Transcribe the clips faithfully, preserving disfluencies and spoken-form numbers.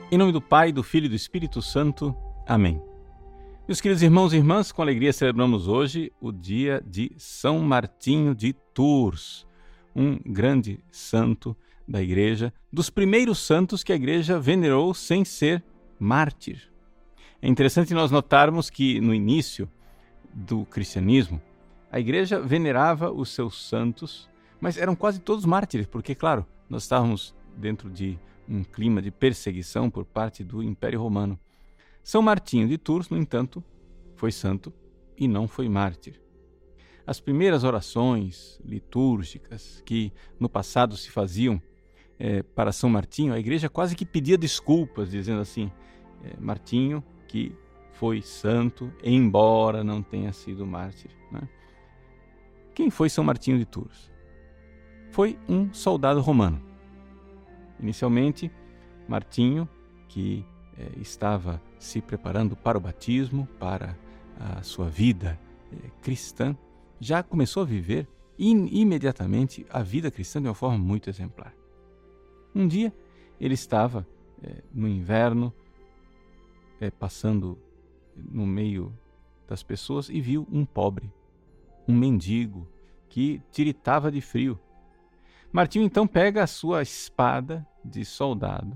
Em nome do Pai, do Filho e do Espírito Santo. Amém. Meus queridos irmãos e irmãs, com alegria celebramos hoje o dia de São Martinho de Tours, um grande santo da Igreja, dos primeiros santos que a Igreja venerou sem ser mártir. É interessante nós notarmos que no início do cristianismo, a Igreja venerava os seus santos, mas eram quase todos mártires, porque, claro, nós estávamos dentro de um clima de perseguição por parte do Império Romano. São Martinho de Tours, no entanto, foi santo e não foi mártir. As primeiras orações litúrgicas que no passado se faziam é, para São Martinho, a Igreja quase que pedia desculpas, dizendo assim, é, Martinho que foi santo, embora não tenha sido mártir. Né? Quem foi São Martinho de Tours? Foi um soldado romano. Inicialmente, Martinho, que eh, estava se preparando para o batismo, para a sua vida eh, cristã, já começou a viver in, imediatamente a vida cristã de uma forma muito exemplar. Um dia, ele estava eh, no inverno, eh, passando no meio das pessoas e viu um pobre, um mendigo, que tiritava de frio. Martinho então pega a sua espada de soldado,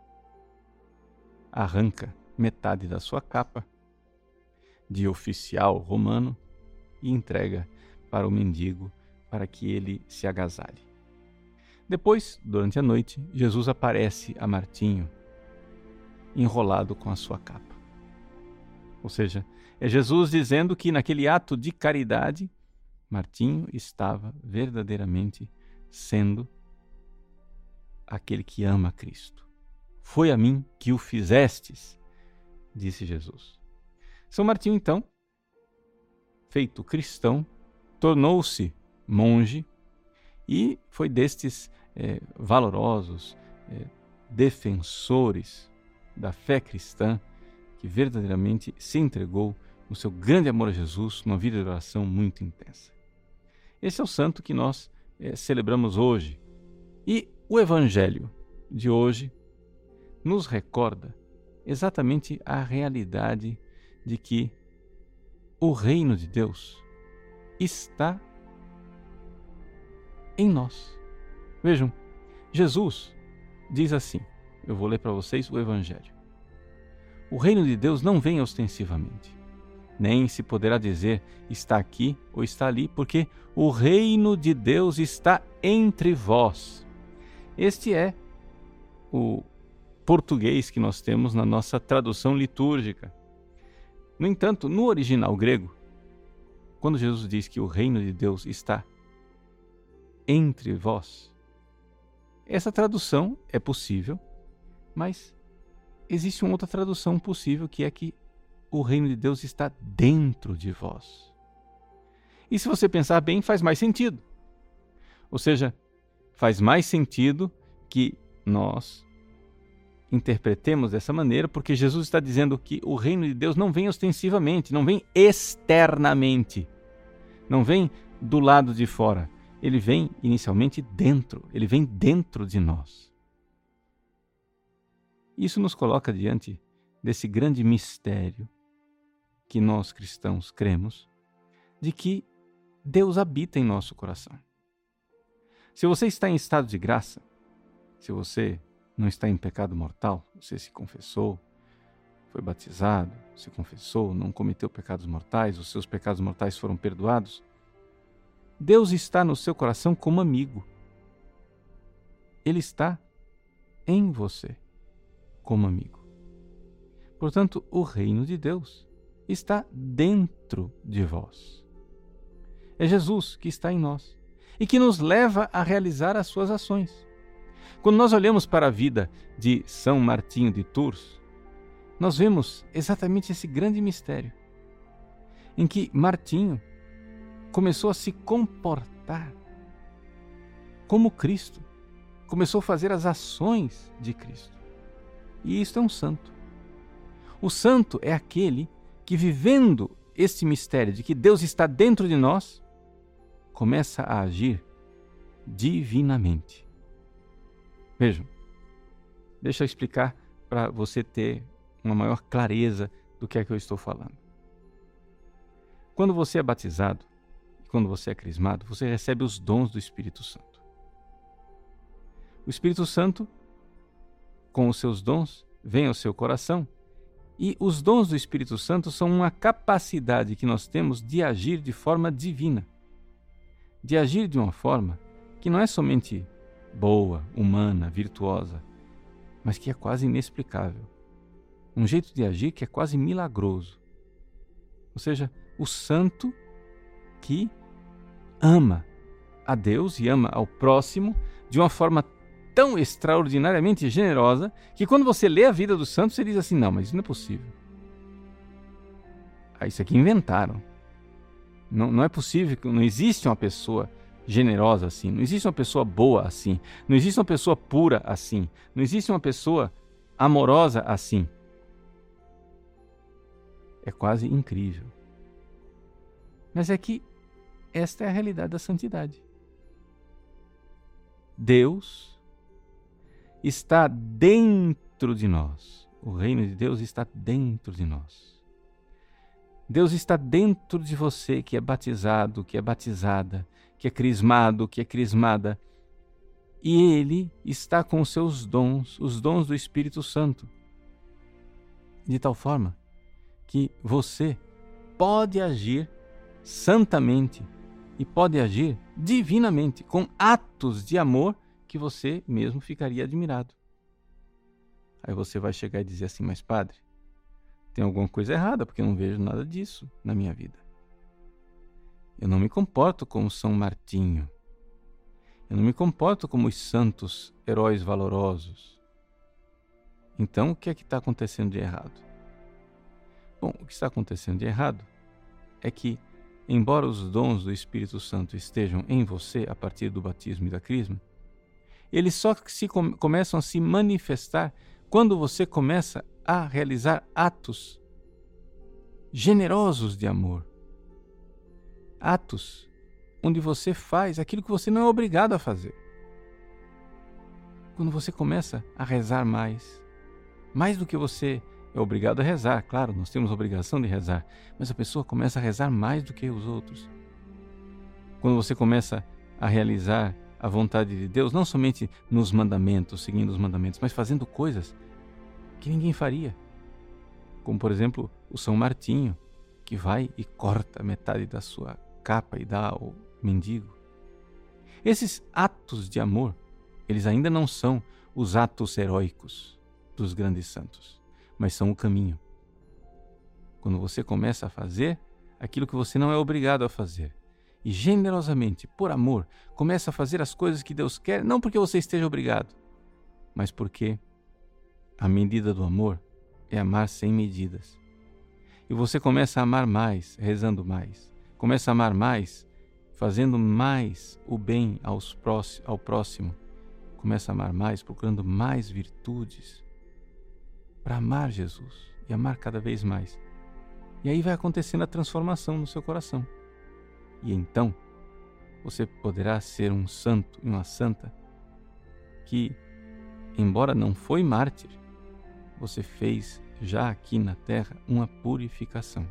arranca metade da sua capa de oficial romano e entrega para o mendigo para que ele se agasalhe. Depois, durante a noite, Jesus aparece a Martinho enrolado com a sua capa. Ou seja, é Jesus dizendo que naquele ato de caridade, Martinho estava verdadeiramente sendo aquele que ama Cristo. Foi a mim que o fizestes, disse Jesus. São Martinho, então, feito cristão, tornou-se monge e foi destes é, valorosos é, defensores da fé cristã que verdadeiramente se entregou no seu grande amor a Jesus, numa vida de oração muito intensa. Esse é o santo que nós é, celebramos hoje. E o Evangelho de hoje nos recorda exatamente a realidade de que o reino de Deus está em nós. Vejam, Jesus diz assim, eu vou ler para vocês o Evangelho. O reino de Deus não vem ostensivamente, nem se poderá dizer está aqui ou está ali, porque o reino de Deus está entre vós. Este é o português que nós temos na nossa tradução litúrgica. No entanto, no original grego, quando Jesus diz que o reino de Deus está entre vós, essa tradução é possível, mas existe uma outra tradução possível, que é que o reino de Deus está dentro de vós. E se você pensar bem, faz mais sentido. Ou seja, faz mais sentido que nós interpretemos dessa maneira, porque Jesus está dizendo que o reino de Deus não vem ostensivamente, não vem externamente, não vem do lado de fora. Ele vem inicialmente dentro, ele vem dentro de nós. Isso nos coloca diante desse grande mistério que nós cristãos cremos, de que Deus habita em nosso coração. Se você está em estado de graça, se você não está em pecado mortal, você se confessou, foi batizado, se confessou, não cometeu pecados mortais, os seus pecados mortais foram perdoados, Deus está no seu coração como amigo. Ele está em você como amigo. Portanto, o reino de Deus está dentro de vós. É Jesus que está em nós e que nos leva a realizar as suas ações. Quando nós olhamos para a vida de São Martinho de Tours, nós vemos exatamente esse grande mistério, em que Martinho começou a se comportar como Cristo, começou a fazer as ações de Cristo. E isto é um santo. O santo é aquele que, vivendo este mistério de que Deus está dentro de nós, começa a agir divinamente. Vejam, deixa eu explicar para para você ter uma maior clareza do que é que eu estou falando. Quando você é batizado, quando você é crismado, você recebe os dons do Espírito Santo. O Espírito Santo, com os seus dons, vem ao seu coração, e os dons do Espírito Santo são uma capacidade que nós temos de agir de forma divina, de agir de uma forma que não é somente boa, humana, virtuosa, mas que é quase inexplicável. Um jeito de agir que é quase milagroso. Ou seja, o santo que ama a Deus e ama ao próximo de uma forma tão extraordinariamente generosa que quando você lê a vida dos santos, você diz assim, não, mas isso não é possível. Ah, isso aqui inventaram. Não, não é possível, não existe uma pessoa generosa assim, não existe uma pessoa boa assim, não existe uma pessoa pura assim, não existe uma pessoa amorosa assim. É quase incrível. Mas é que esta é a realidade da santidade. Deus está dentro de nós. O reino de Deus está dentro de nós. Deus está dentro de você que é batizado, que é batizada, que é crismado, que é crismada. E Ele está com os seus dons, os dons do Espírito Santo. De tal forma que você pode agir santamente e pode agir divinamente, com atos de amor que você mesmo ficaria admirado. Aí você vai chegar e dizer assim, mas padre, tem alguma coisa errada, porque eu não vejo nada disso na minha vida. Eu não me comporto como São Martinho. Eu não me comporto como os santos heróis valorosos. Então, o que é que está acontecendo de errado? Bom, o que está acontecendo de errado é que, embora os dons do Espírito Santo estejam em você a partir do batismo e da crisma, eles só se com- começam a se manifestar quando você começa a realizar atos generosos de amor. Atos onde você faz aquilo que você não é obrigado a fazer. Quando você começa a rezar mais, mais do que você é obrigado a rezar, claro, nós temos a obrigação de rezar, mas a pessoa começa a rezar mais do que os outros. Quando você começa a realizar a vontade de Deus, não somente nos mandamentos, seguindo os mandamentos, mas fazendo coisas que ninguém faria. Como, por exemplo, o São Martinho, que vai e corta metade da sua capa e dá ao mendigo. Esses atos de amor, eles ainda não são os atos heróicos dos grandes santos, mas são o caminho. Quando você começa a fazer aquilo que você não é obrigado a fazer, e generosamente, por amor, começa a fazer as coisas que Deus quer, não porque você esteja obrigado, mas porque a medida do amor é amar sem medidas. E você começa a amar mais, rezando mais. Começa a amar mais, fazendo mais o bem aos próximos, ao próximo. Começa a amar mais, procurando mais virtudes para amar Jesus e amar cada vez mais. E aí vai acontecendo a transformação no seu coração. E então, você poderá ser um santo e uma santa que, embora não foi mártir, você fez já aqui na terra uma purificação.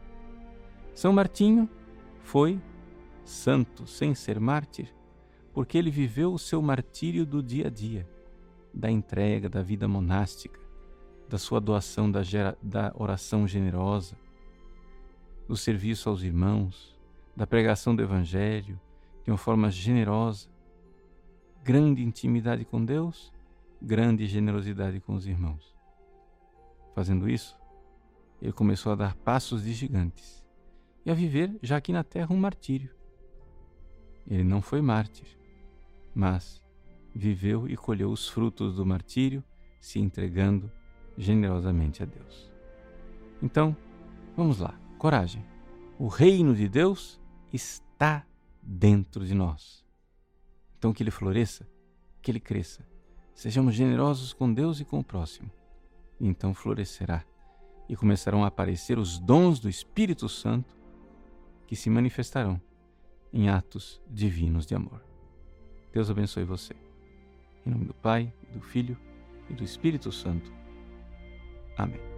São Martinho foi santo sem ser mártir, porque ele viveu o seu martírio do dia a dia, da entrega, da vida monástica, da sua doação, da, gera, da oração generosa, do serviço aos irmãos, da pregação do Evangelho, de uma forma generosa, grande intimidade com Deus, grande generosidade com os irmãos. Fazendo isso, ele começou a dar passos de gigantes e a viver já aqui na terra um martírio. Ele não foi mártir, mas viveu e colheu os frutos do martírio, se entregando generosamente a Deus. Então, vamos lá, coragem. O reino de Deus está dentro de nós. Então que ele floresça, que ele cresça. Sejamos generosos com Deus e com o próximo. E então florescerá e começarão a aparecer os dons do Espírito Santo que se manifestarão em atos divinos de amor. Deus abençoe você. Em nome do Pai, do Filho e do Espírito Santo. Amém.